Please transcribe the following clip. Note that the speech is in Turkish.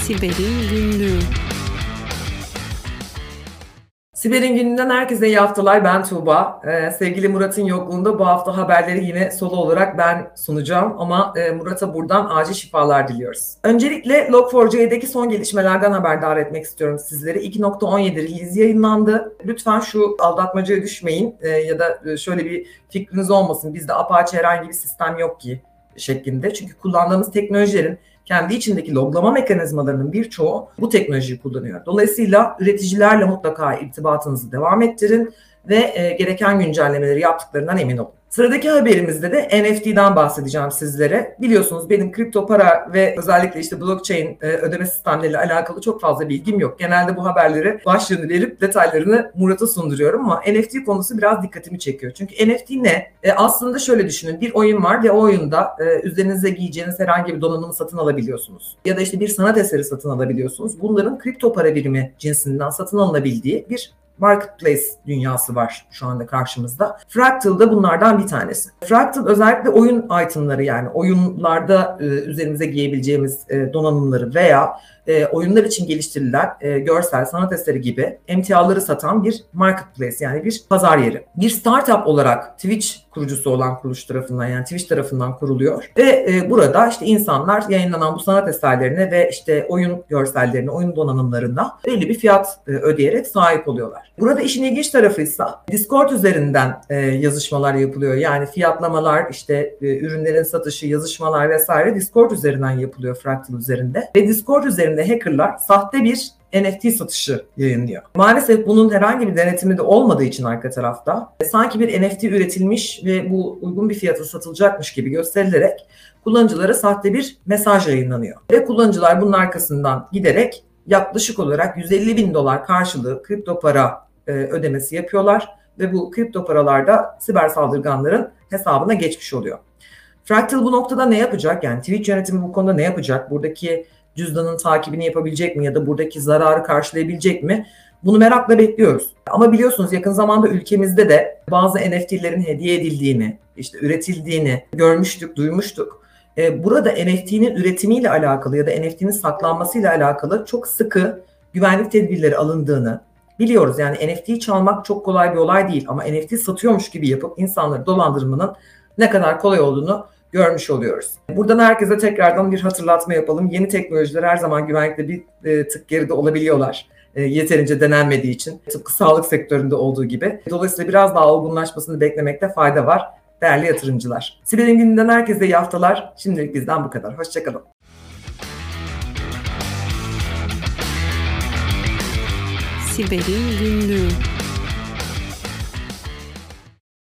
Siber'in Günlüğü. Siber'in Günü'nden herkese iyi haftalar. Ben Tuğba. Sevgili Murat'ın yokluğunda bu hafta haberleri yine solo olarak ben sunacağım. Ama Murat'a buradan acil şifalar diliyoruz. Öncelikle Log4j'deki son gelişmelerden haberdar etmek istiyorum sizleri. 2.17 release yayınlandı. Lütfen şu aldatmacaya düşmeyin ya da şöyle bir fikriniz olmasın. Bizde apaçı herhangi bir sistem yok ki şeklinde. Çünkü kullandığımız teknolojilerin kendi içindeki loglama mekanizmalarının birçoğu bu teknolojiyi kullanıyor. Dolayısıyla üreticilerle mutlaka irtibatınızı devam ettirin ve gereken güncellemeleri yaptıklarından emin olun. Sıradaki haberimizde de NFT'den bahsedeceğim sizlere. Biliyorsunuz benim kripto para ve özellikle işte blockchain ödeme sistemleriyle alakalı çok fazla bilgim yok. Genelde bu haberleri başlığını verip detaylarını Murat'a sunduruyorum ama NFT konusu biraz dikkatimi çekiyor. Çünkü NFT ne? Aslında şöyle düşünün, bir oyun var ve o oyunda üzerinize giyeceğiniz herhangi bir donanımı satın alabiliyorsunuz. Ya da işte bir sanat eseri satın alabiliyorsunuz. Bunların kripto para birimi cinsinden satın alınabildiği bir marketplace dünyası var şu anda karşımızda. Fractal da bunlardan bir tanesi. Fractal özellikle oyun itemları, yani oyunlarda üzerimize giyebileceğimiz donanımları veya oyunlar için geliştirilen görsel sanat eseri gibi emtiaları satan bir marketplace, yani bir pazar yeri. Bir startup olarak Twitch kurucusu olan kuruluş tarafından, yani Twitch tarafından kuruluyor ve burada işte insanlar yayınlanan bu sanat eserlerine ve işte oyun görsellerine, oyun donanımlarına belli bir fiyat ödeyerek sahip oluyorlar. Burada işin ilginç tarafıysa Discord üzerinden yazışmalar yapılıyor. Yani fiyatlamalar, işte ürünlerin satışı, yazışmalar vesaire Discord üzerinden yapılıyor, Fractal üzerinde. Ve Discord üzerinde hackerlar sahte bir NFT satışı yayınlıyor. Maalesef bunun herhangi bir denetimi de olmadığı için arka tarafta sanki bir NFT üretilmiş ve bu uygun bir fiyata satılacakmış gibi gösterilerek kullanıcılara sahte bir mesaj yayınlanıyor. Ve kullanıcılar bunun arkasından giderek yaklaşık olarak $150.000 karşılığı kripto para ödemesi yapıyorlar ve bu kripto paralarda siber saldırganların hesabına geçmiş oluyor. Fractal bu noktada ne yapacak? Yani Twitch yönetimi bu konuda ne yapacak? Buradaki cüzdanın takibini yapabilecek mi ya da buradaki zararı karşılayabilecek mi? Bunu merakla bekliyoruz. Ama biliyorsunuz yakın zamanda ülkemizde de bazı NFT'lerin hediye edildiğini, işte üretildiğini görmüştük, duymuştuk. Burada NFT'nin üretimiyle alakalı ya da NFT'nin saklanmasıyla alakalı çok sıkı güvenlik tedbirleri alındığını biliyoruz. Yani NFT'yi çalmak çok kolay bir olay değil ama NFT satıyormuş gibi yapıp insanları dolandırmanın ne kadar kolay olduğunu görmüş oluyoruz. Buradan herkese tekrardan bir hatırlatma yapalım. Yeni teknolojiler her zaman güvenlikte bir tık geride olabiliyorlar. Yeterince denenmediği için. Tıpkı sağlık sektöründe olduğu gibi. Dolayısıyla biraz daha olgunlaşmasını beklemekte fayda var değerli yatırımcılar. Siber'in Günü'nden herkese iyi haftalar. Şimdilik bizden bu kadar. Hoşçakalın. Siber'in Günlüğü.